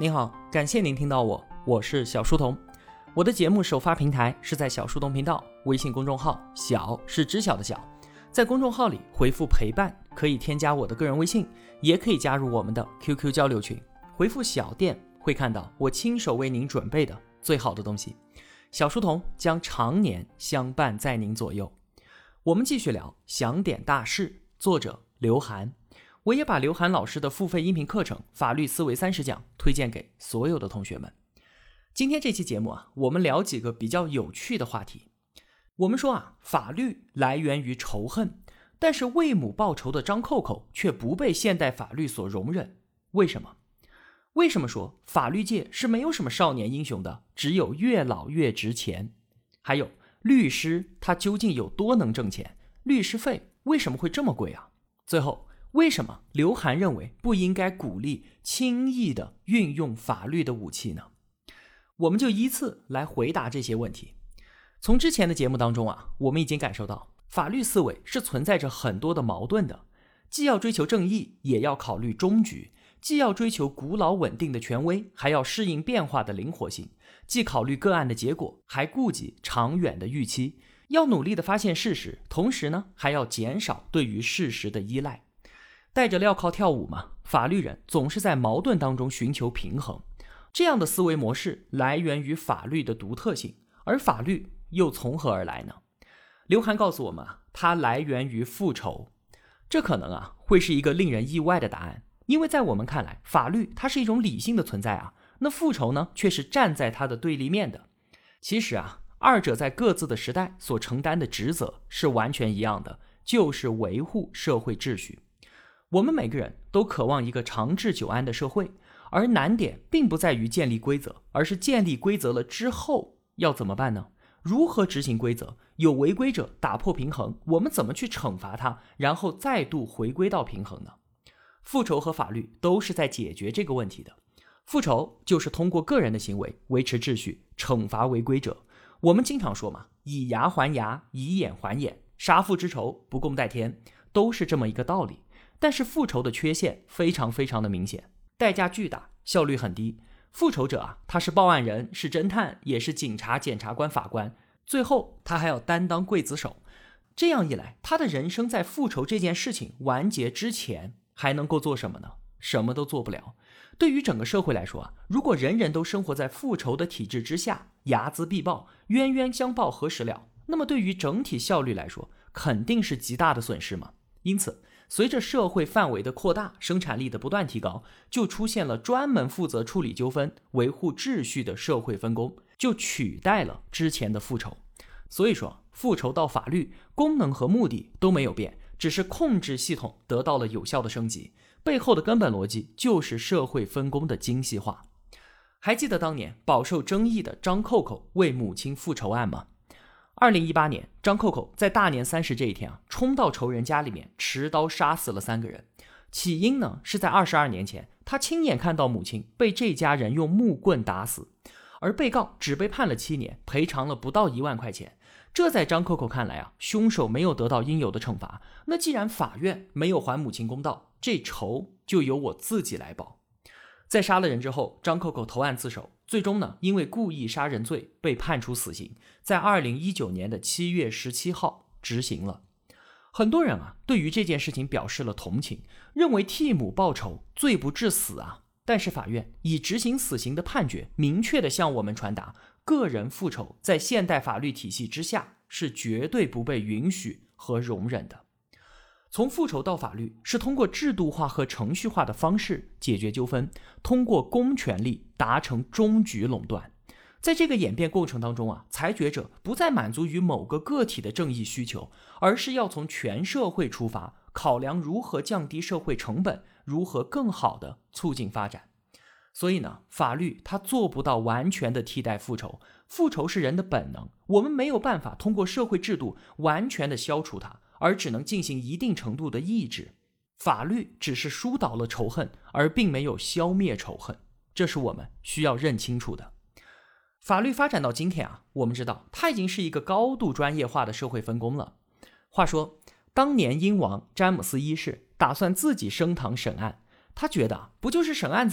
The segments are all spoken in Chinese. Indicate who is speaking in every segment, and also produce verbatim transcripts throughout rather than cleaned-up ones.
Speaker 1: 您好，感谢您听到我，我是小书童。我的节目首发平台是在小书童频道微信公众号，小是知晓的小。在公众号里回复陪伴，可以添加我的个人微信，也可以加入我们的 Q Q 交流群。回复小店会看到我亲手为您准备的最好的东西。小书童将常年相伴在您左右。我们继续聊想点大事，作者刘涵。我也把刘涵老师的付费音频课程《法律思维三十讲》推荐给所有的同学们。今天这期节目啊，我们聊几个比较有趣的话题。我们说啊，法律来源于仇恨，但是为母报仇的张扣扣却不被现代法律所容忍。为什么？为什么说法律界是没有什么少年英雄的，只有越老越值钱？还有律师他究竟有多能挣钱？律师费为什么会这么贵啊？最后，为什么刘涵认为不应该鼓励轻易的运用法律的武器呢？我们就依次来回答这些问题。从之前的节目当中啊，我们已经感受到法律思维是存在着很多的矛盾的，既要追求正义，也要考虑终局，既要追求古老稳定的权威，还要适应变化的灵活性，既考虑个案的结果，还顾及长远的预期，要努力的发现事实，同时呢，还要减少对于事实的依赖。带着镣铐跳舞嘛，法律人总是在矛盾当中寻求平衡。这样的思维模式来源于法律的独特性，而法律又从何而来呢？刘涵告诉我们啊，它来源于复仇。这可能啊会是一个令人意外的答案，因为在我们看来，法律它是一种理性的存在啊，那复仇呢却是站在它的对立面的。其实啊，二者在各自的时代所承担的职责是完全一样的，就是维护社会秩序。我们每个人都渴望一个长治久安的社会，而难点并不在于建立规则，而是建立规则了之后要怎么办呢？如何执行规则？有违规者打破平衡，我们怎么去惩罚他，然后再度回归到平衡呢？复仇和法律都是在解决这个问题的。复仇就是通过个人的行为维持秩序，惩罚违规者。我们经常说嘛，以牙还牙，以眼还眼，杀父之仇不共戴天，都是这么一个道理。但是复仇的缺陷非常非常的明显，代价巨大，效率很低。复仇者啊，他是报案人，是侦探，也是警察、检察官、法官，最后他还要担当刽子手。这样一来，他的人生在复仇这件事情完结之前还能够做什么呢？什么都做不了。对于整个社会来说啊，如果人人都生活在复仇的体制之下，睚眦必报，冤冤相报何时了，那么对于整体效率来说，肯定是极大的损失嘛。因此随着社会范围的扩大，生产力的不断提高，就出现了专门负责处理纠纷、维护秩序的社会分工，就取代了之前的复仇。所以说，复仇到法律，功能和目的都没有变，只是控制系统得到了有效的升级，背后的根本逻辑就是社会分工的精细化。还记得当年饱受争议的张扣扣为母亲复仇案吗？二零一八年，张扣扣在大年三十这一天啊，冲到仇人家里面，持刀杀死了三个人。起因呢，是在二十二年前，他亲眼看到母亲被这家人用木棍打死，而被告只被判了七年，赔偿了不到一万块钱。这在张扣扣看来啊，凶手没有得到应有的惩罚，那既然法院没有还母亲公道，这仇就由我自己来报。在杀了人之后，张扣扣投案自首，最终呢，因为故意杀人罪被判处死刑，在二零一九年的七月十七号执行了。很多人啊，对于这件事情表示了同情，认为替母报仇，罪不至死啊。但是法院以执行死刑的判决，明确地向我们传达，个人复仇在现代法律体系之下是绝对不被允许和容忍的。从复仇到法律，是通过制度化和程序化的方式解决纠纷，通过公权力达成终局垄断。在这个演变过程当中啊，裁决者不再满足于某个个体的正义需求，而是要从全社会出发，考量如何降低社会成本，如何更好地促进发展。所以呢，法律它做不到完全的替代复仇，复仇是人的本能，我们没有办法通过社会制度完全的消除它，而只能进行一定程度的抑制。法律只是疏导了仇恨，而并没有消灭仇恨，这是我们需要认清楚的。法律发展到今天啊，我们知道它已经是一个高度专业化的社会分工了。话说，当年英王詹姆斯一世打算自己升堂审案，他觉得不就是审案子吗？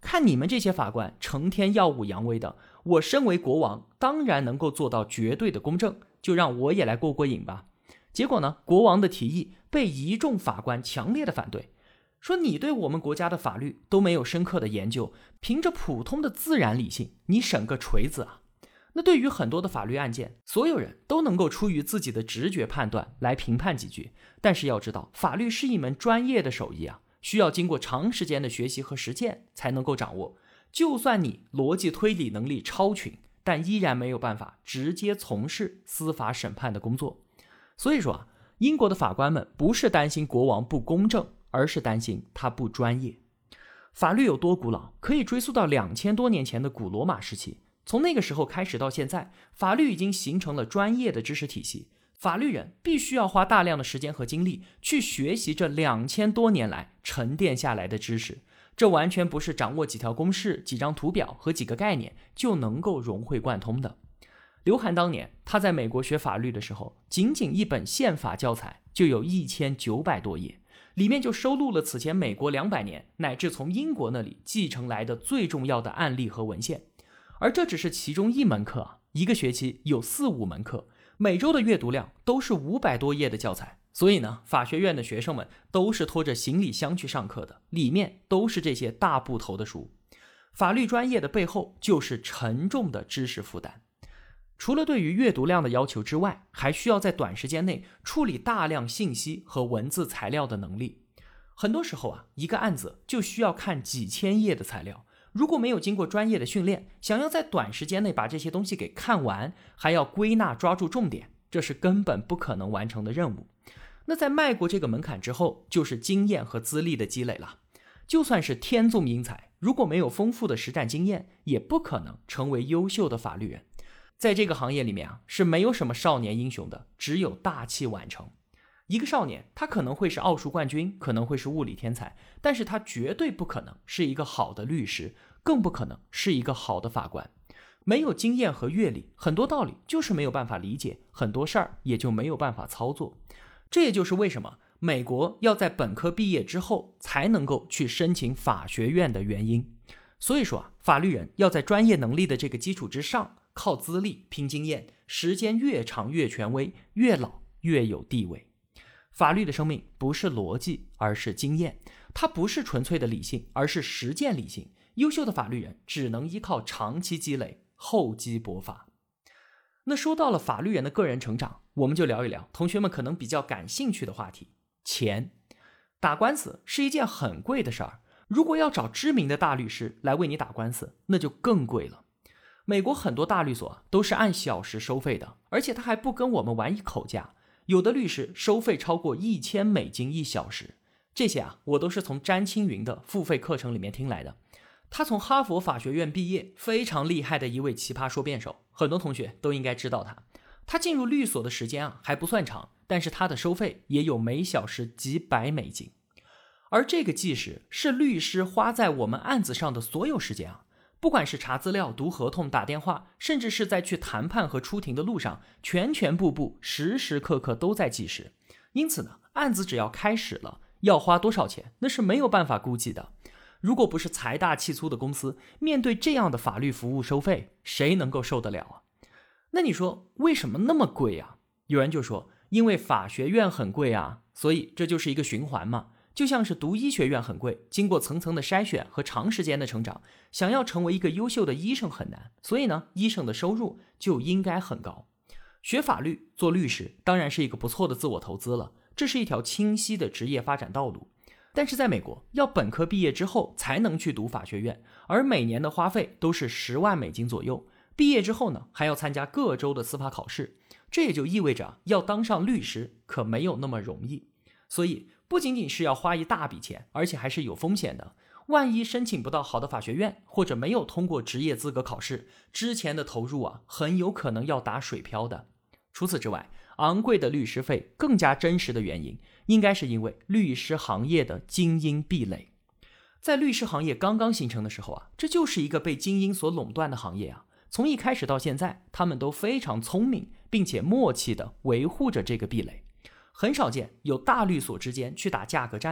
Speaker 1: 看你们这些法官成天耀武扬威的，我身为国王当然能够做到绝对的公正，就让我也来过过瘾吧。结果呢，国王的提议被一众法官强烈的反对，说你对我们国家的法律都没有深刻的研究，凭着普通的自然理性，你审个锤子啊！那对于很多的法律案件，所有人都能够出于自己的直觉判断来评判几句，但是要知道，法律是一门专业的手艺啊，需要经过长时间的学习和实践才能够掌握。就算你逻辑推理能力超群，但依然没有办法直接从事司法审判的工作。所以说啊，英国的法官们不是担心国王不公正，而是担心他不专业。法律有多古老，可以追溯到两千多年前的古罗马时期。从那个时候开始到现在，法律已经形成了专业的知识体系，法律人必须要花大量的时间和精力去学习这两千多年来沉淀下来的知识，这完全不是掌握几条公式、几张图表和几个概念就能够融会贯通的。刘涵当年他在美国学法律的时候，仅仅一本宪法教材就有一千九百多页，里面就收录了此前美国两百年乃至从英国那里继承来的最重要的案例和文献。而这只是其中一门课啊，一个学期有四五门课，每周的阅读量都是五百多页的教材。所以呢，法学院的学生们都是拖着行李箱去上课的，里面都是这些大部头的书。法律专业的背后就是沉重的知识负担。除了对于阅读量的要求之外，还需要在短时间内处理大量信息和文字材料的能力。很多时候啊，一个案子就需要看几千页的材料，如果没有经过专业的训练，想要在短时间内把这些东西给看完，还要归纳抓住重点，这是根本不可能完成的任务。那在迈过这个门槛之后，就是经验和资历的积累了。就算是天纵英才，如果没有丰富的实战经验，也不可能成为优秀的法律人。在这个行业里面啊，是没有什么少年英雄的，只有大器晚成。一个少年，他可能会是奥数冠军，可能会是物理天才，但是他绝对不可能是一个好的律师，更不可能是一个好的法官。没有经验和阅历，很多道理就是没有办法理解，很多事儿也就没有办法操作。这也就是为什么美国要在本科毕业之后才能够去申请法学院的原因。所以说啊，法律人要在专业能力的这个基础之上，靠资历拼经验，时间越长越权威，越老越有地位。法律的生命不是逻辑，而是经验，它不是纯粹的理性，而是实践理性。优秀的法律人只能依靠长期积累，厚积薄发。那说到了法律人的个人成长，我们就聊一聊同学们可能比较感兴趣的话题，钱。打官司是一件很贵的事儿，如果要找知名的大律师来为你打官司，那就更贵了。美国很多大律所都是按小时收费的，而且他还不跟我们玩一口价，有的律师收费超过一千美金一小时。这些啊，我都是从詹青云的付费课程里面听来的。他从哈佛法学院毕业，非常厉害的一位奇葩说辩手，很多同学都应该知道他。他进入律所的时间啊还不算长，但是他的收费也有每小时几百美金。而这个计时是律师花在我们案子上的所有时间啊，不管是查资料、读合同、打电话，甚至是在去谈判和出庭的路上，全全部部时时刻刻都在计时。因此呢，案子只要开始了，要花多少钱那是没有办法估计的。如果不是财大气粗的公司，面对这样的法律服务收费，谁能够受得了啊？那你说为什么那么贵啊？有人就说，因为法学院很贵啊，所以这就是一个循环嘛。就像是读医学院很贵，经过层层的筛选和长时间的成长，想要成为一个优秀的医生很难，所以呢，医生的收入就应该很高。学法律做律师当然是一个不错的自我投资了，这是一条清晰的职业发展道路。但是在美国，要本科毕业之后才能去读法学院，而每年的花费都是十万美金左右。毕业之后呢，还要参加各州的司法考试，这也就意味着要当上律师可没有那么容易。所以不仅仅是要花一大笔钱，而且还是有风险的。万一申请不到好的法学院，或者没有通过职业资格考试，之前的投入啊，很有可能要打水漂的。除此之外，昂贵的律师费更加真实的原因，应该是因为律师行业的精英壁垒。在律师行业刚刚形成的时候啊，这就是一个被精英所垄断的行业啊。从一开始到现在，他们都非常聪明，并且默契地维护着这个壁垒。很少见有大律所之间去打价格战的，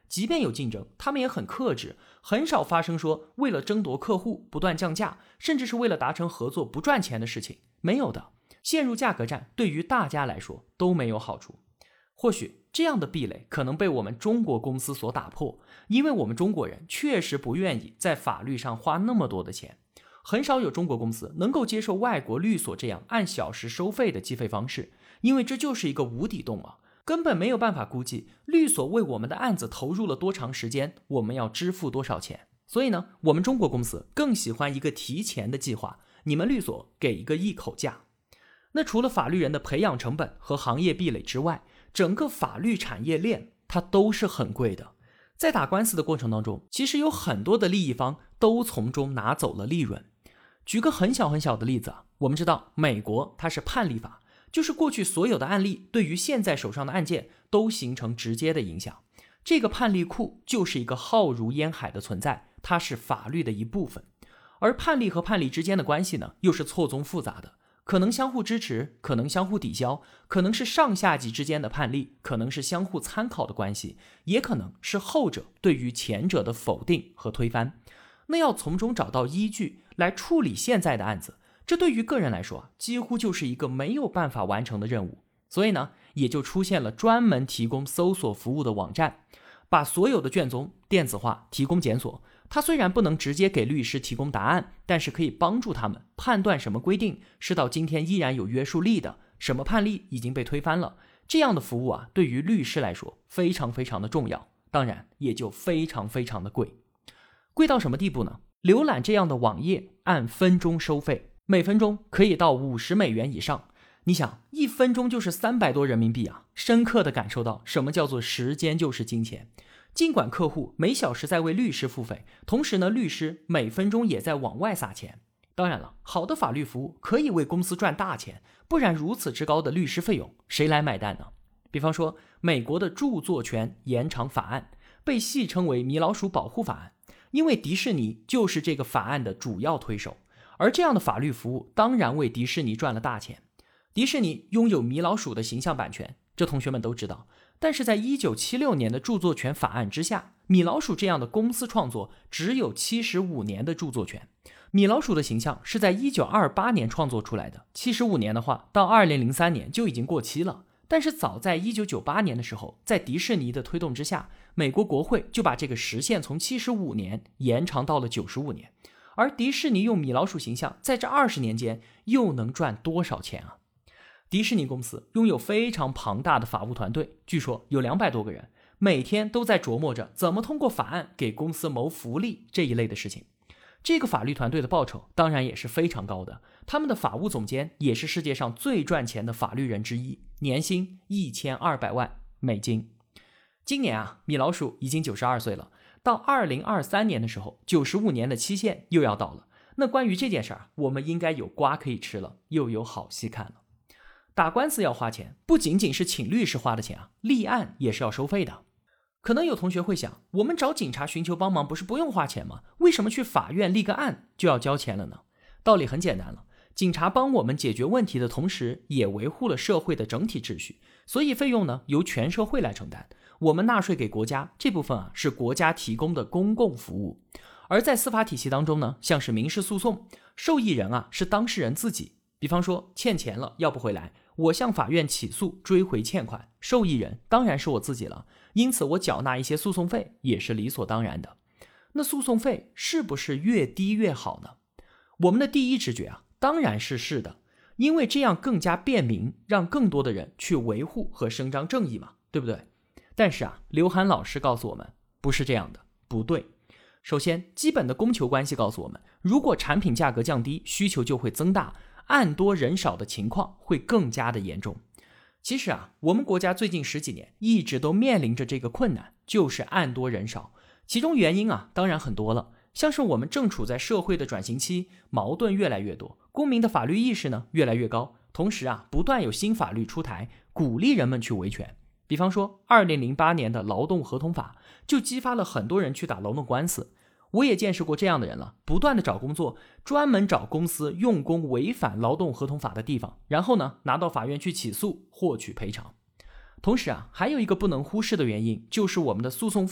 Speaker 1: 即便有竞争，他们也很克制，很少发生说为了争夺客户不断降价，甚至是为了达成合作不赚钱的事情，没有的。陷入价格战对于大家来说都没有好处。或许这样的壁垒可能被我们中国公司所打破，因为我们中国人确实不愿意在法律上花那么多的钱，很少有中国公司能够接受外国律所这样按小时收费的计费方式，因为这就是一个无底洞啊，根本没有办法估计律所为我们的案子投入了多长时间，我们要支付多少钱。所以呢，我们中国公司更喜欢一个提前的计划，你们律所给一个一口价。那除了法律人的培养成本和行业壁垒之外，整个法律产业链它都是很贵的。在打官司的过程当中，其实有很多的利益方都从中拿走了利润。举个很小很小的例子啊，我们知道美国它是判例法，就是过去所有的案例对于现在手上的案件都形成直接的影响。这个判例库就是一个浩如烟海的存在，它是法律的一部分。而判例和判例之间的关系呢，又是错综复杂的，可能相互支持，可能相互抵消，可能是上下级之间的判例，可能是相互参考的关系，也可能是后者对于前者的否定和推翻。那要从中找到依据来处理现在的案子，这对于个人来说几乎就是一个没有办法完成的任务。所以呢，也就出现了专门提供搜索服务的网站，把所有的卷宗电子化，提供检索。它虽然不能直接给律师提供答案，但是可以帮助他们判断什么规定是到今天依然有约束力的，什么判例已经被推翻了。这样的服务啊，对于律师来说非常非常的重要，当然也就非常非常的贵。贵到什么地步呢？浏览这样的网页按分钟收费，每分钟可以到五十美元以上。你想，一分钟就是三百多人民币啊，深刻的感受到什么叫做时间就是金钱。尽管客户每小时在为律师付费，同时呢，律师每分钟也在往外撒钱。当然了，好的法律服务可以为公司赚大钱，不然如此之高的律师费用谁来买单呢？比方说美国的著作权延长法案，被戏称为米老鼠保护法案，因为迪士尼就是这个法案的主要推手，而这样的法律服务当然为迪士尼赚了大钱。迪士尼拥有米老鼠的形象版权，这同学们都知道，但是在一九七六年的著作权法案之下，米老鼠这样的公司创作只有七十五年的著作权。米老鼠的形象是在一九二八年创作出来的，七十五年的话，到二零零三年就已经过期了。但是早在一九九八年的时候，在迪士尼的推动之下，美国国会就把这个时限从七十五年延长到了九十五年。而迪士尼用米老鼠形象在这二十年间又能赚多少钱啊？迪士尼公司拥有非常庞大的法务团队，据说有两百多个人，每天都在琢磨着怎么通过法案给公司谋福利这一类的事情。这个法律团队的报酬当然也是非常高的，他们的法务总监也是世界上最赚钱的法律人之一，年薪一千二百万美金。今年啊，米老鼠已经九十二岁了，到二零二三年的时候，九十五年的期限又要到了。那关于这件事儿，我们应该有瓜可以吃了，又有好戏看了。打官司要花钱，不仅仅是请律师花的钱啊，立案也是要收费的。可能有同学会想，我们找警察寻求帮忙不是不用花钱吗？为什么去法院立个案就要交钱了呢？道理很简单了，警察帮我们解决问题的同时，也维护了社会的整体秩序，所以费用呢由全社会来承担。我们纳税给国家，这部分啊是国家提供的公共服务。而在司法体系当中呢，像是民事诉讼，受益人啊是当事人自己。比方说欠钱了要不回来，我向法院起诉追回欠款，受益人当然是我自己了，因此我缴纳一些诉讼费也是理所当然的。那诉讼费是不是越低越好呢？我们的第一直觉啊，当然是是的，因为这样更加便民，让更多的人去维护和伸张正义嘛，对不对？但是啊，刘涵老师告诉我们不是这样的，不对。首先，基本的供求关系告诉我们，如果产品价格降低，需求就会增大，案多人少的情况会更加的严重。其实啊，我们国家最近十几年一直都面临着这个困难，就是案多人少。其中原因啊，当然很多了，像是我们正处在社会的转型期，矛盾越来越多，公民的法律意识呢越来越高，同时啊，不断有新法律出台，鼓励人们去维权。比方说二零零八年的劳动合同法就激发了很多人去打劳动官司。我也见识过这样的人了，不断的找工作，专门找公司用工违反劳动合同法的地方，然后呢拿到法院去起诉，获取赔偿。同时啊，还有一个不能忽视的原因，就是我们的诉讼费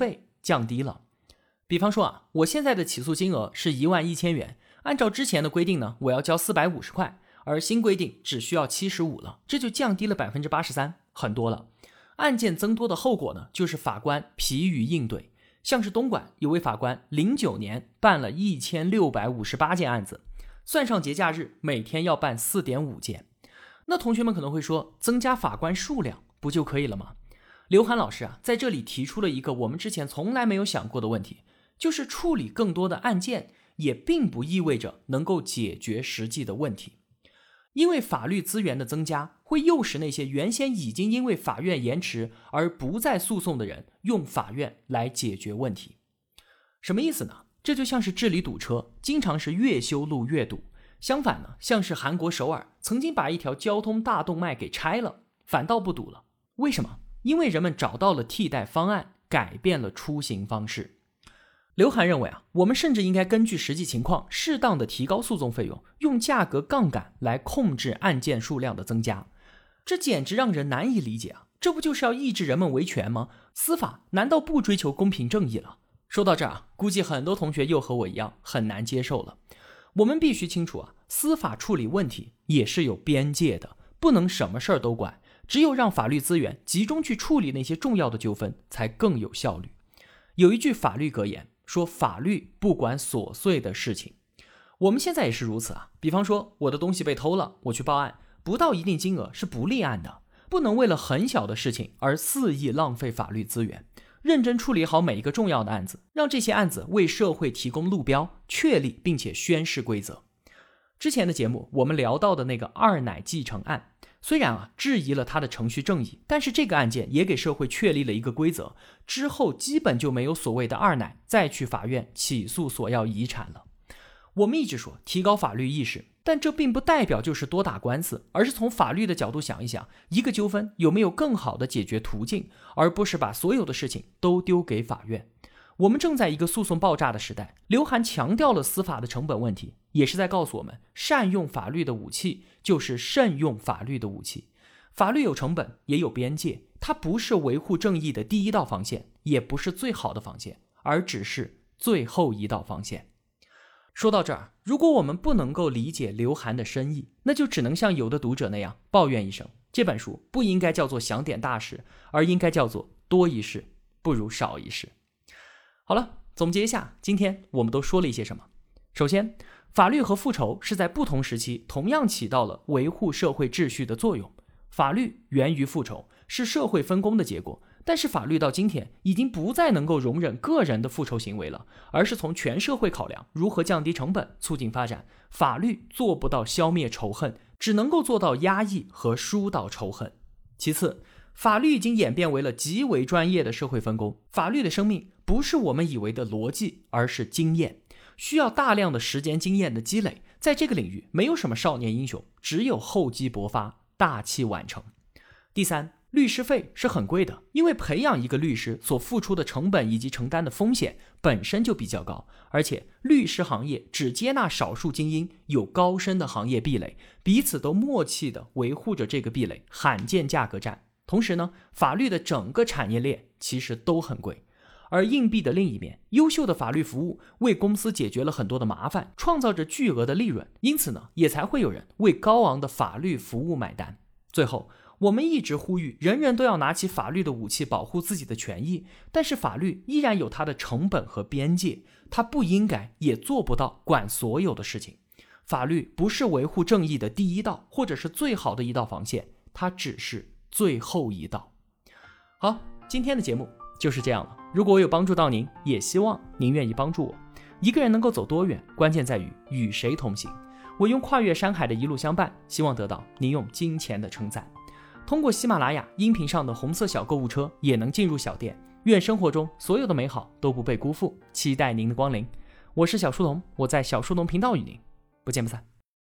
Speaker 1: 降低了。比方说啊，我现在的起诉金额是一万一千元，按照之前的规定呢，我要交四百五十块，而新规定只需要七十五了，这就降低了 百分之八十三， 很多了。案件增多的后果呢，就是法官疲于应对。像是东莞有位法官零九年办了一千六百五十八件案子，算上节假日，每天要办 四点五件。那同学们可能会说，增加法官数量不就可以了吗？刘涵老师啊，在这里提出了一个我们之前从来没有想过的问题，就是处理更多的案件也并不意味着能够解决实际的问题。因为法律资源的增加会诱使那些原先已经因为法院延迟而不再诉讼的人用法院来解决问题。什么意思呢？这就像是治理堵车，经常是越修路越堵。相反呢，像是韩国首尔曾经把一条交通大动脉给拆了，反倒不堵了。为什么？因为人们找到了替代方案，改变了出行方式。刘涵认为啊，我们甚至应该根据实际情况，适当的提高诉讼费用，用价格杠杆来控制案件数量的增加。这简直让人难以理解啊！这不就是要抑制人们维权吗？司法难道不追求公平正义了？说到这儿啊，估计很多同学又和我一样很难接受了。我们必须清楚啊，司法处理问题也是有边界的，不能什么事儿都管。只有让法律资源集中去处理那些重要的纠纷，才更有效率。有一句法律格言说，法律不管琐碎的事情。我们现在也是如此啊。比方说，我的东西被偷了，我去报案，不到一定金额是不立案的。不能为了很小的事情而肆意浪费法律资源，认真处理好每一个重要的案子，让这些案子为社会提供路标，确立并且宣示规则。之前的节目我们聊到的那个二奶继承案，虽然啊质疑了他的程序正义，但是这个案件也给社会确立了一个规则，之后基本就没有所谓的二奶再去法院起诉索要遗产了。我们一直说提高法律意识，但这并不代表就是多打官司，而是从法律的角度想一想，一个纠纷有没有更好的解决途径，而不是把所有的事情都丢给法院。我们正在一个诉讼爆炸的时代，刘涵强调了司法的成本问题，也是在告诉我们，善用法律的武器就是慎用法律的武器。法律有成本，也有边界，它不是维护正义的第一道防线，也不是最好的防线，而只是最后一道防线。说到这儿，如果我们不能够理解刘涵的深意，那就只能像有的读者那样抱怨一声，这本书不应该叫做想点大事，而应该叫做多一事不如少一事。好了，总结一下，今天我们都说了一些什么。首先，法律和复仇是在不同时期同样起到了维护社会秩序的作用。法律源于复仇，是社会分工的结果，但是法律到今天已经不再能够容忍个人的复仇行为了，而是从全社会考量如何降低成本，促进发展。法律做不到消灭仇恨，只能够做到压抑和疏导仇恨。其次，法律已经演变为了极为专业的社会分工，法律的生命不是我们以为的逻辑，而是经验，需要大量的时间经验的积累。在这个领域，没有什么少年英雄，只有厚积薄发，大器晚成。第三，律师费是很贵的，因为培养一个律师所付出的成本以及承担的风险本身就比较高，而且律师行业只接纳少数精英，有高深的行业壁垒，彼此都默契地维护着这个壁垒，罕见价格战。同时呢，法律的整个产业链其实都很贵。而硬币的另一面，优秀的法律服务为公司解决了很多的麻烦，创造着巨额的利润，因此呢，也才会有人为高昂的法律服务买单。最后，我们一直呼吁人人都要拿起法律的武器保护自己的权益，但是法律依然有它的成本和边界，它不应该也做不到管所有的事情。法律不是维护正义的第一道或者是最好的一道防线，它只是最后一道。好，今天的节目就是这样了。如果我有帮助到您，也希望您愿意帮助我。一个人能够走多远，关键在于与谁同行。我用跨越山海的一路相伴，希望得到您用金钱的称赞。通过喜马拉雅音频上的红色小购物车也能进入小店。愿生活中所有的美好都不被辜负，期待您的光临。我是小书童，我在小书童频道与您不见不散。